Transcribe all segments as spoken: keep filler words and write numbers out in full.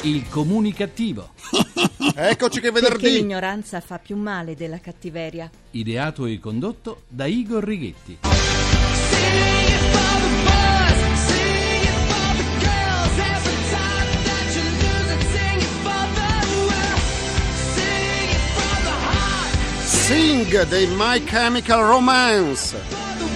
Il comunicativo. Eccoci che venerdì. Perché l'ignoranza fa più male della cattiveria. Ideato e condotto da Igor Righetti. Sing dei My Chemical Romance.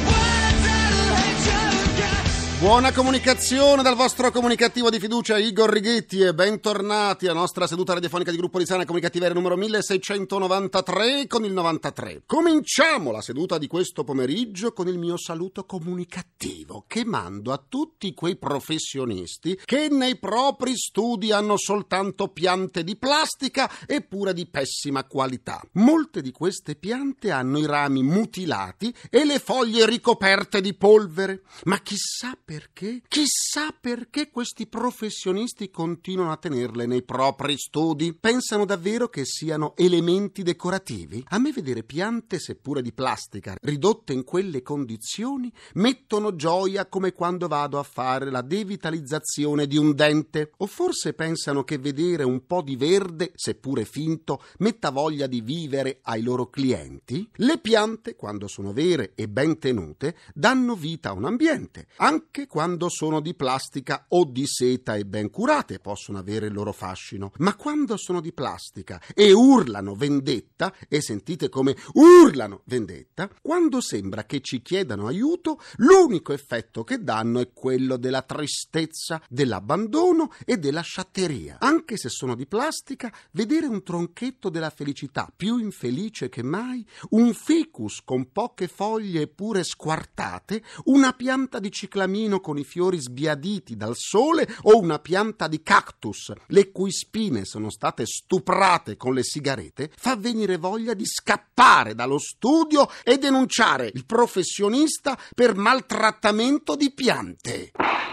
Buona comunicazione dal vostro comunicativo di fiducia Igor Righetti e bentornati alla nostra seduta radiofonica di Gruppo Risana Comunicativeria numero milleseicentonovantatré con il novantatré. Cominciamo la seduta di questo pomeriggio con il mio saluto comunicativo che mando a tutti quei professionisti che nei propri studi hanno soltanto piante di plastica eppure di pessima qualità. Molte di queste piante hanno i rami mutilati e le foglie ricoperte di polvere, ma chissà perché? Chissà perché questi professionisti continuano a tenerle nei propri studi. Pensano davvero che siano elementi decorativi? A me vedere piante, seppure di plastica, ridotte in quelle condizioni, mettono gioia come quando vado a fare la devitalizzazione di un dente. O forse pensano che vedere un po' di verde, seppure finto, metta voglia di vivere ai loro clienti? Le piante, quando sono vere e ben tenute, danno vita a un ambiente. Anche quando sono di plastica o di seta e ben curate possono avere il loro fascino, ma quando sono di plastica e urlano vendetta, e sentite come urlano vendetta, quando sembra che ci chiedano aiuto, l'unico effetto che danno è quello della tristezza, dell'abbandono e della sciatteria. Anche se sono di plastica, vedere un tronchetto della felicità più infelice che mai, un ficus con poche foglie eppure squartate, una pianta di ciclamino con i fiori sbiaditi dal sole o una pianta di cactus, le cui spine sono state stuprate con le sigarette, fa venire voglia di scappare dallo studio e denunciare il professionista per maltrattamento di piante.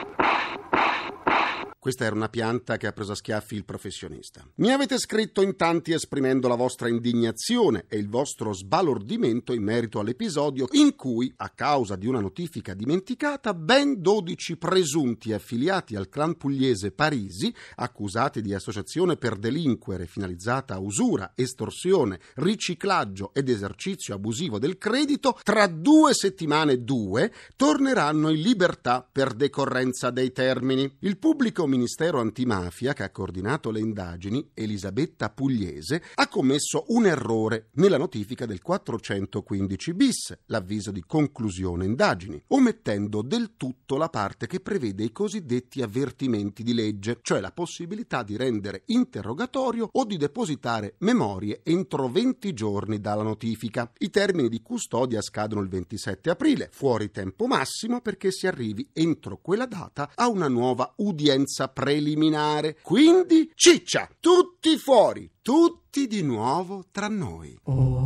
Questa era una pianta che ha preso a schiaffi il professionista. Mi avete scritto in tanti esprimendo la vostra indignazione e il vostro sbalordimento in merito all'episodio in cui, a causa di una notifica dimenticata, ben dodici presunti affiliati al clan pugliese Parisi, accusati di associazione per delinquere finalizzata a usura, estorsione, riciclaggio ed esercizio abusivo del credito, tra due settimane due torneranno in libertà per decorrenza dei termini. Il pubblico Ministero Antimafia, che ha coordinato le indagini, Elisabetta Pugliese, ha commesso un errore nella notifica del quattrocentoquindici bis, l'avviso di conclusione indagini, omettendo del tutto la parte che prevede i cosiddetti avvertimenti di legge, cioè la possibilità di rendere interrogatorio o di depositare memorie entro venti giorni dalla notifica. I termini di custodia scadono il ventisette aprile, fuori tempo massimo perché si arrivi entro quella data a una nuova udienza preliminare. Quindi ciccia, tutti fuori, tutti di nuovo tra noi.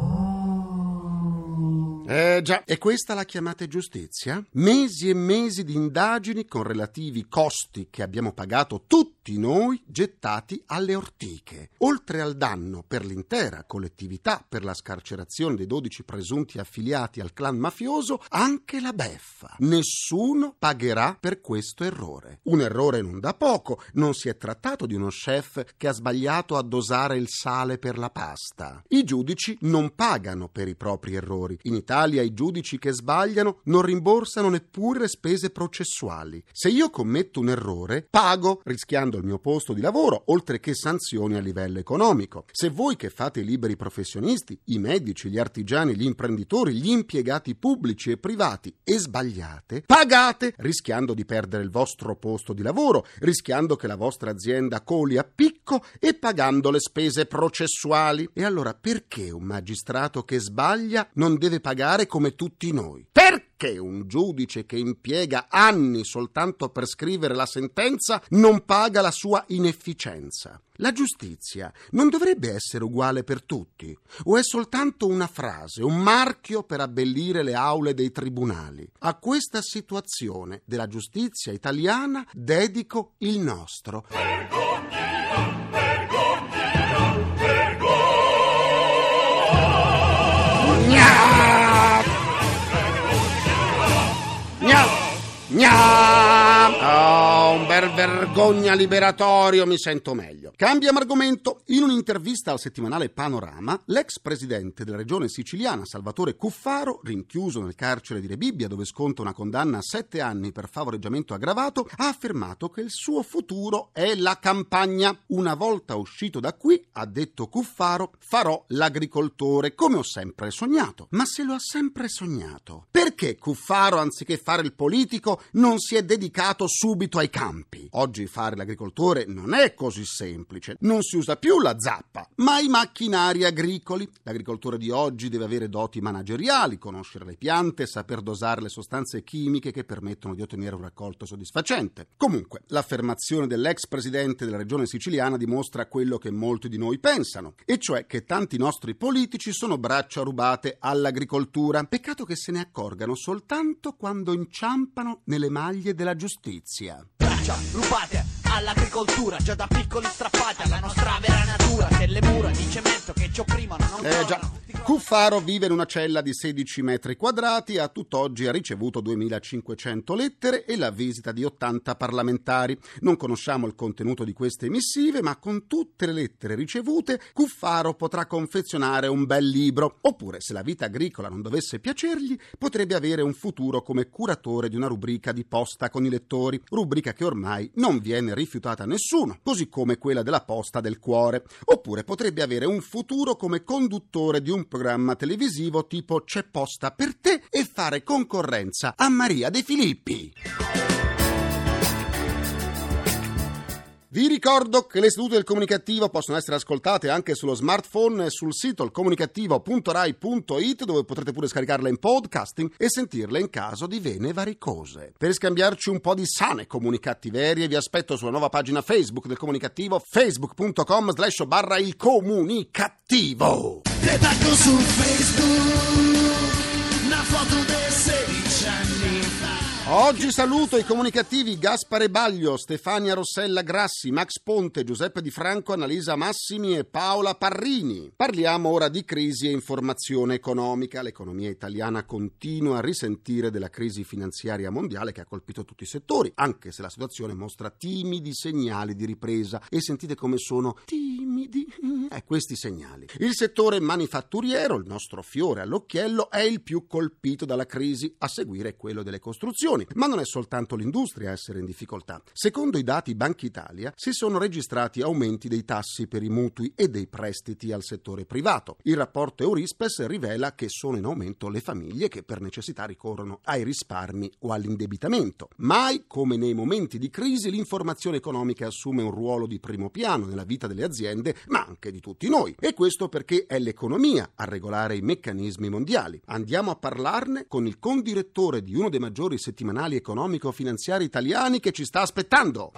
Eh già, e questa la chiamate giustizia? Mesi e mesi di indagini con relativi costi che abbiamo pagato tutti noi gettati alle ortiche, oltre al danno per l'intera collettività per la scarcerazione dei dodici presunti affiliati al clan mafioso, anche la beffa. Nessuno pagherà per questo errore. Un errore non da poco, non si è trattato di uno chef che ha sbagliato a dosare il sale per la pasta. I giudici non pagano per i propri errori. In Italia i giudici che sbagliano non rimborsano neppure le spese processuali. Se io commetto un errore, pago, rischiando il mio posto di lavoro, oltre che sanzioni a livello economico. Se voi che fate i liberi professionisti, i medici, gli artigiani, gli imprenditori, gli impiegati pubblici e privati, e sbagliate, pagate, rischiando di perdere il vostro posto di lavoro, rischiando che la vostra azienda coli a picco e pagando le spese processuali. E allora perché un magistrato che sbaglia non deve pagare come tutti noi? Perché un giudice che impiega anni soltanto per scrivere la sentenza non paga la sua inefficienza? La giustizia non dovrebbe essere uguale per tutti, o è soltanto una frase, un marchio per abbellire le aule dei tribunali? A questa situazione della giustizia italiana dedico il nostro Vergogna, vergogna, vergogna. Gna, gna, oh, un bel vergogna liberatorio, mi sento meglio. Cambiamo argomento. In un'intervista al settimanale Panorama, l'ex presidente della regione siciliana Salvatore Cuffaro, rinchiuso nel carcere di Rebibbia dove sconta una condanna a sette anni per favoreggiamento aggravato, ha affermato che il suo futuro è la campagna. Una volta uscito da qui, ha detto Cuffaro, farò l'agricoltore, come ho sempre sognato. Ma se lo ha sempre sognato, perché Cuffaro, anziché fare il politico, non si è dedicato subito ai campi? Oggi fare l'agricoltore non è così semplice. Non si usa più la zappa, ma i macchinari agricoli. L'agricoltore di oggi deve avere doti manageriali, conoscere le piante, saper dosare le sostanze chimiche che permettono di ottenere un raccolto soddisfacente. Comunque, l'affermazione dell'ex presidente della regione siciliana dimostra quello che molti di noi pensano, e cioè che tanti nostri politici sono braccia rubate all'agricoltura. Peccato che se ne accorgano soltanto quando inciampano nelle maglie della giustizia. Braccia rubate all'agricoltura, già da piccoli strappati alla nostra vera natura, che le mura di cemento che ci opprimono non Eh già, Cuffaro vive in una cella di sedici metri quadrati e a tutt'oggi ha ricevuto duemilacinquecento lettere e la visita di ottanta parlamentari. Non conosciamo il contenuto di queste missive, ma con tutte le lettere ricevute Cuffaro potrà confezionare un bel libro. Oppure, se la vita agricola non dovesse piacergli, potrebbe avere un futuro come curatore di una rubrica di Posta con i lettori, rubrica che ormai non viene rifiutata a nessuno, così come quella della Posta del Cuore. Oppure potrebbe avere un futuro come conduttore di un programma televisivo tipo C'è posta per te e fare concorrenza a Maria De Filippi. Vi ricordo che le sedute del Comunicativo possono essere ascoltate anche sullo smartphone e sul sito ilcomunicativo punto rai punto it, dove potrete pure scaricarle in podcasting e sentirle in caso di vene varicose. Per scambiarci un po' di sane comunicattiverie vi aspetto sulla nuova pagina Facebook del Comunicativo, facebook punto com slash barra il comunicativo. Te taggo su Facebook una foto dei sedici anni fa. Oggi saluto i comunicativi Gaspare Baglio, Stefania Rossella Grassi, Max Ponte, Giuseppe Di Franco, Annalisa Massimi e Paola Parrini. Parliamo ora di crisi e informazione economica. L'economia italiana continua a risentire della crisi finanziaria mondiale che ha colpito tutti i settori, anche se la situazione mostra timidi segnali di ripresa. E sentite come sono timidi eh, questi segnali. Il settore manifatturiero, il nostro fiore all'occhiello, è il più colpito dalla crisi, a seguire quello delle costruzioni. Ma non è soltanto l'industria a essere in difficoltà. Secondo i dati Banca Italia si sono registrati aumenti dei tassi per i mutui e dei prestiti al settore privato. Il rapporto Eurispes rivela che sono in aumento le famiglie che per necessità ricorrono ai risparmi o all'indebitamento. Mai come nei momenti di crisi l'informazione economica assume un ruolo di primo piano nella vita delle aziende, ma anche di tutti noi. E questo perché è l'economia a regolare i meccanismi mondiali. Andiamo a parlarne con il condirettore di uno dei maggiori settimanali economico-finanziari italiani che ci sta aspettando.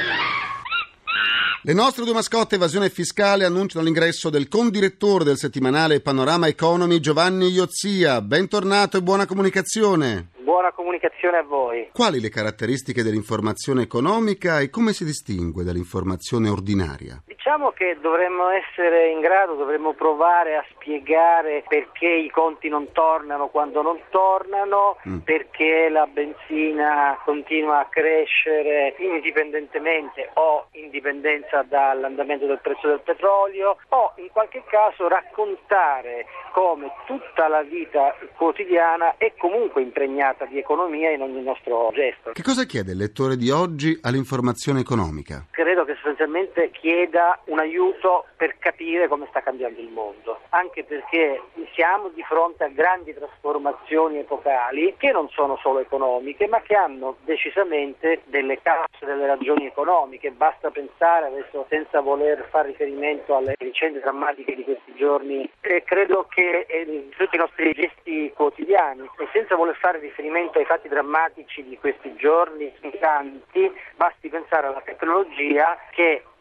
Le nostre due mascotte evasione fiscale annunciano l'ingresso del condirettore del settimanale Panorama Economy, Giovanni Iozia. Bentornato e buona comunicazione. Buona comunicazione a voi. Quali le caratteristiche dell'informazione economica e come si distingue dall'informazione ordinaria? Diciamo che dovremmo essere in grado, dovremmo provare a spiegare perché i conti non tornano quando non tornano, mm. perché la benzina continua a crescere indipendentemente o in dipendenza dall'andamento del prezzo del petrolio, o in qualche caso raccontare come tutta la vita quotidiana è comunque impregnata di economia in ogni nostro gesto. Che cosa chiede il lettore di oggi all'informazione economica? Credo che sostanzialmente chieda un aiuto per capire come sta cambiando il mondo, anche perché siamo di fronte a grandi trasformazioni epocali che non sono solo economiche, ma che hanno decisamente delle cause, delle ragioni economiche. Basta pensare, adesso senza voler fare riferimento alle vicende drammatiche di questi giorni, eh, credo che eh, tutti i nostri gesti quotidiani, e senza voler fare riferimento ai fatti drammatici di questi giorni, tanti, basti pensare alla tecnologia che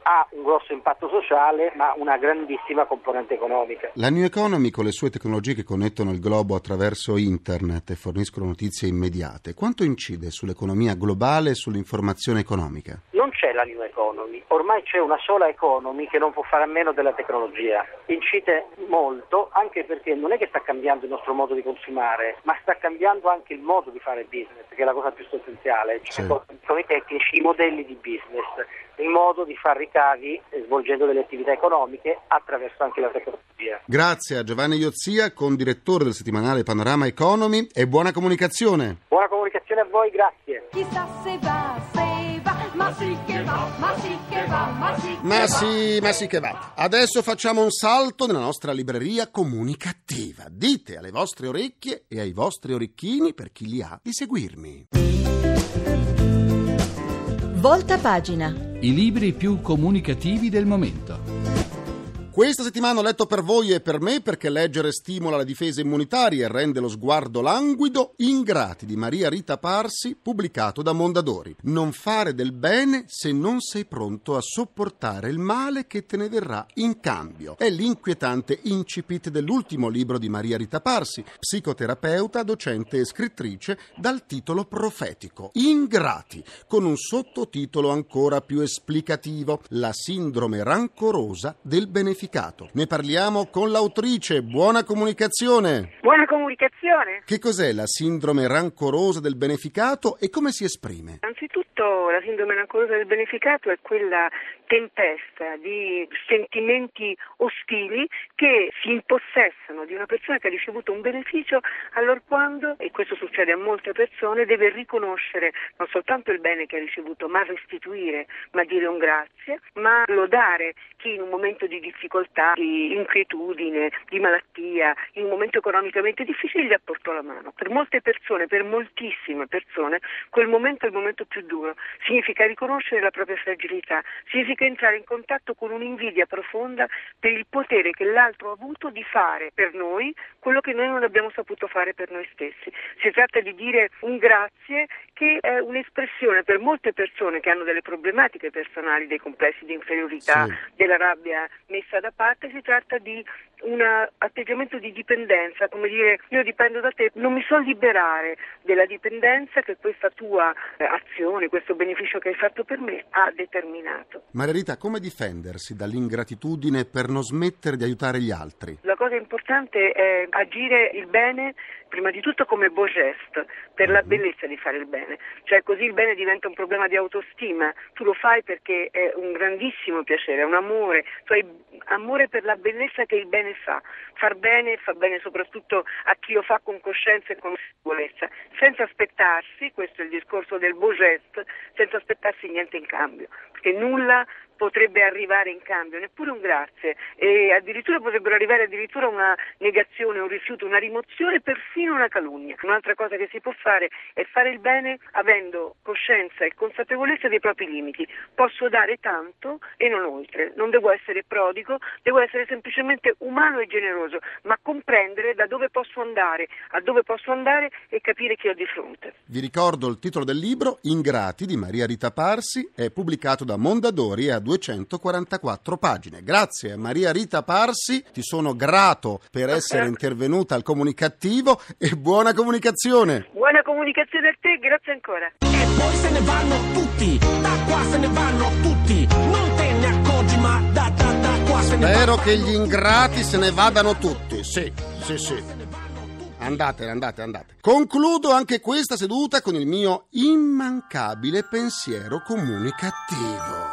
ha un grosso impatto sociale ma una grandissima componente economica. La New Economy, con le sue tecnologie che connettono il globo attraverso internet e forniscono notizie immediate, quanto incide sull'economia globale e sull'informazione economica? Non c'è la New Economy, ormai c'è una sola economy che non può fare a meno della tecnologia. Incide molto anche perché non è che sta cambiando il nostro modo di consumare, ma sta cambiando anche il modo di fare business, che è la cosa più sostanziale, cioè Sì. sono i tecnici, i modelli di business, il modo di far ricavi eh, svolgendo delle attività economiche attraverso anche la tecnologia. Grazie a Giovanni Iozia, condirettore del settimanale Panorama Economy, e buona comunicazione. Buona comunicazione a voi, grazie. Chissà se va, se va, ma sì che va, ma sì che va, ma sì che Ma va. sì, ma sì che va. Adesso facciamo un salto nella nostra libreria comunicativa. Dite alle vostre orecchie e ai vostri orecchini, per chi li ha, di seguirmi. Volta pagina. I libri più comunicativi del momento. Questa settimana ho letto per voi e per me, perché leggere stimola la difesa immunitaria e rende lo sguardo languido, Ingrati di Maria Rita Parsi, pubblicato da Mondadori. Non fare del bene se non sei pronto a sopportare il male che te ne verrà in cambio. È l'inquietante incipit dell'ultimo libro di Maria Rita Parsi, psicoterapeuta, docente e scrittrice, dal titolo profetico Ingrati, con un sottotitolo ancora più esplicativo: La sindrome rancorosa del beneficato. Ne parliamo con l'autrice. Buona comunicazione. Buona comunicazione. Che cos'è la sindrome rancorosa del beneficato e come si esprime? Anzitutto la sindrome rancorosa del beneficato è quella tempesta di sentimenti ostili che si impossessano di una persona che ha ricevuto un beneficio allorquando, e questo succede a molte persone, deve riconoscere non soltanto il bene che ha ricevuto, ma restituire, ma dire un grazie, ma lodare chi in un momento di difficoltà, di inquietudine, di malattia, in un momento economicamente difficile gli apportò la mano. Per molte persone, per moltissime persone, quel momento è il momento più duro. Significa riconoscere la propria fragilità, significa entrare in contatto con un'invidia profonda per il potere che l'altro ha avuto di fare per noi quello che noi non abbiamo saputo fare per noi stessi. Si tratta di dire un grazie, che è un'espressione per molte persone che hanno delle problematiche personali, dei complessi di inferiorità, Sì. della rabbia messa da parte. Si tratta di un atteggiamento di dipendenza, come dire: io dipendo da te, non mi so liberare della dipendenza che questa tua eh, azione, questo beneficio che hai fatto per me ha determinato. Maria Rita, come difendersi dall'ingratitudine per non smettere di aiutare gli altri? La cosa importante è agire il bene prima di tutto come beau geste, per la bellezza di fare il bene, cioè così il bene diventa un problema di autostima. Tu lo fai perché è un grandissimo piacere, è un amore, tu hai amore per la bellezza che il bene fa. Far bene fa bene soprattutto a chi lo fa con coscienza e consapevolezza, senza aspettarsi, questo è il discorso del beau geste, senza aspettarsi niente in cambio, perché nulla potrebbe arrivare in cambio, neppure un grazie, e addirittura potrebbero arrivare addirittura una negazione, un rifiuto, una rimozione, perfino una calunnia. Un'altra cosa che si può fare è fare il bene avendo coscienza e consapevolezza dei propri limiti. Posso dare tanto e non oltre, non devo essere prodigo, devo essere semplicemente umano e generoso, ma comprendere da dove posso andare, a dove posso andare e capire chi ho di fronte. Vi ricordo il titolo del libro, Ingrati di Maria Rita Parsi, è pubblicato da Mondadori e ha duecentoquarantaquattro pagine. Grazie a Maria Rita Parsi, ti sono grato per essere intervenuta al comunicativo e buona comunicazione. Buona comunicazione a te, grazie ancora. E poi se ne vanno tutti, da qua se ne vanno tutti, non te ne accorgi ma da da da qua se ne Spero vanno. che gli ingrati se ne vadano tutti. Sì, sì, sì. Andate, andate, andate. Concludo anche questa seduta con il mio immancabile pensiero comunicativo.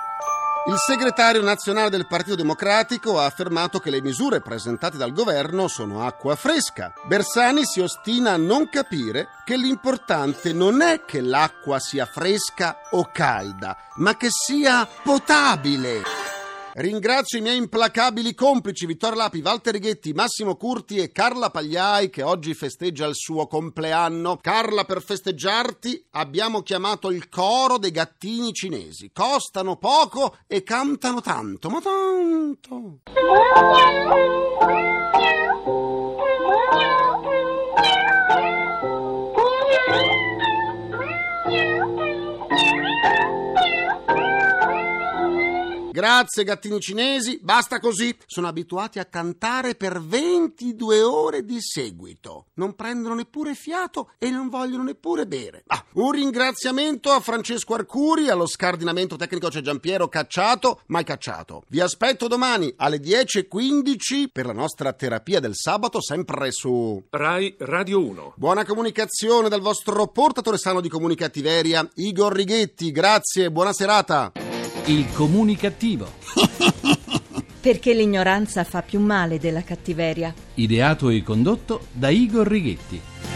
Il segretario nazionale del Partito Democratico ha affermato che le misure presentate dal governo sono acqua fresca. Bersani si ostina a non capire che l'importante non è che l'acqua sia fresca o calda, ma che sia potabile. Ringrazio i miei implacabili complici Vittorio Lapi, Walter Righetti, Massimo Curti e Carla Pagliai, che oggi festeggia il suo compleanno. Carla, per festeggiarti abbiamo chiamato il coro dei gattini cinesi. Costano poco e cantano tanto, ma tanto. Grazie gattini cinesi, basta così. Sono abituati a cantare per ventidue ore di seguito. Non prendono neppure fiato e non vogliono neppure bere. Ah, un ringraziamento a Francesco Arcuri, allo scardinamento tecnico c'è Giampiero Cacciato, mai cacciato. Vi aspetto domani alle dieci e quindici per la nostra terapia del sabato, sempre su Rai Radio uno. Buona comunicazione dal vostro portatore sano di comunicattiveria, Igor Righetti. Grazie, buona serata. Il comunicativo. Perché l'ignoranza fa più male della cattiveria. Ideato e condotto da Igor Righetti.